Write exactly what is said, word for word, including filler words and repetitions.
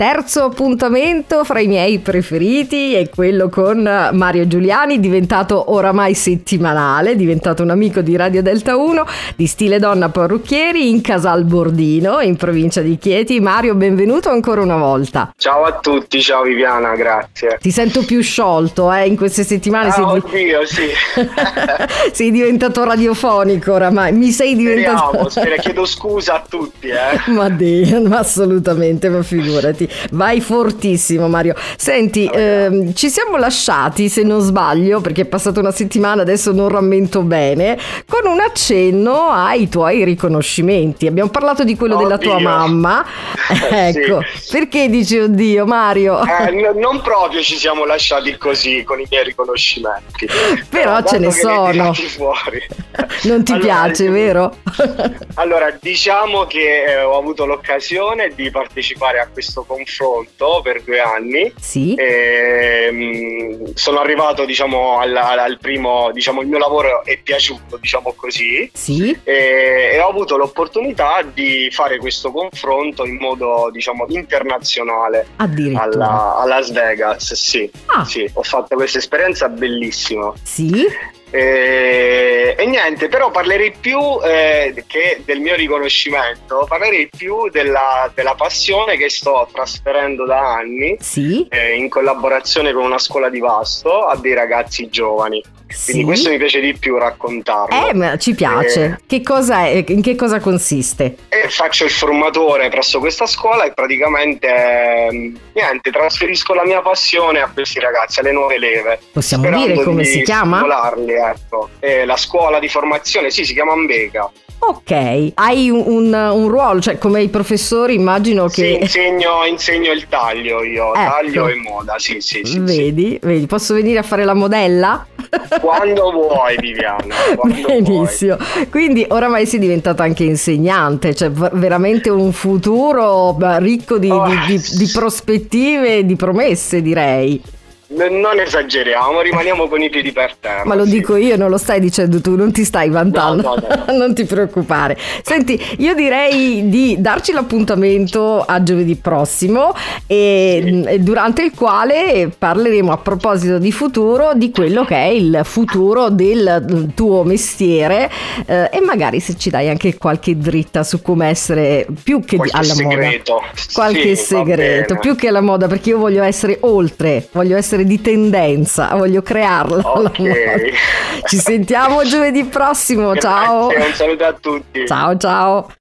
Terzo appuntamento fra i miei preferiti è quello con Mario Giuliani, diventato oramai settimanale, diventato un amico di Radio Delta uno, di Stile Donna Parrucchieri in Casal Bordino, in provincia di Chieti. Mario, benvenuto ancora una volta. Ciao a tutti, ciao Viviana, grazie. Ti sento più sciolto, eh, in queste settimane. Ah, sei oddio, sì. Sei diventato radiofonico oramai, mi sei diventato... Speriamo, speriamo, chiedo scusa a tutti, eh. Ma, de- ma assolutamente, ma figurati. Vai fortissimo, Mario. Senti, ehm, ci siamo lasciati, se non sbaglio, perché è passata una settimana, adesso non rammento bene, con un accenno ai tuoi riconoscimenti. Abbiamo parlato di quello Oddio. della tua mamma. Ecco, Sì. Perché dici oddio, Mario? Eh, n- non proprio ci siamo lasciati così con i miei riconoscimenti. Però ce ne dato che li hai sono. tirati fuori. Non ti Allora, piace, vero? Allora, diciamo che eh, ho avuto l'occasione di partecipare a questo confronto per due anni. Sì. E, mh, sono arrivato, diciamo, al, al primo, diciamo, il mio lavoro è piaciuto, diciamo così. Sì. E, e ho avuto l'opportunità di fare questo confronto in modo, diciamo, internazionale Addirittura. alla, a Las Vegas. Sì, Ah. sì, ho fatto questa esperienza bellissima. Sì. E, e niente, però parlerei più eh, che del mio riconoscimento, parlerei più della, della passione che sto trasferendo da anni Sì. eh, in collaborazione con una scuola di Vasto a dei ragazzi giovani. Quindi Sì. questo mi piace di più raccontarlo. Eh, ma ci piace. Eh, Che cosa è? In che cosa consiste? E faccio il formatore presso questa scuola e praticamente ehm, niente, trasferisco la mia passione a questi ragazzi, alle nuove leve. Possiamo sperando dire come di si chiama? stimolarli, ecco. E la scuola di formazione, sì, si chiama Ambega. Ok, hai un, un, un ruolo, cioè come i professori immagino Sì, che... insegno, insegno il taglio io, Ecco. taglio e moda, sì, sì, sì, sì. Vedi, vedi, posso venire a fare la modella? Quando vuoi, Viviana, quando Benissimo, quindi oramai sei diventata anche insegnante, cioè v- veramente un futuro beh, ricco di, Oh, di, di, di prospettive e di promesse, direi. N- Non esageriamo, rimaniamo con i piedi per terra. Ma lo sì. dico io, non lo stai dicendo tu, non ti stai vantando. No, no, no, no. Non ti preoccupare. Senti, io direi di darci l'appuntamento a giovedì prossimo e Sì. e durante il quale parleremo, a proposito di futuro, di quello che è il futuro del tuo mestiere eh, e magari se ci dai anche qualche dritta su come essere più che di- Qualche alla segreto. moda. Qualche Sì, va segreto, bene. più che alla moda, perché io voglio essere oltre, voglio essere di tendenza, voglio crearla la Ok. moda. Ci sentiamo giovedì prossimo, ciao. Grazie, un saluto a tutti. Ciao ciao.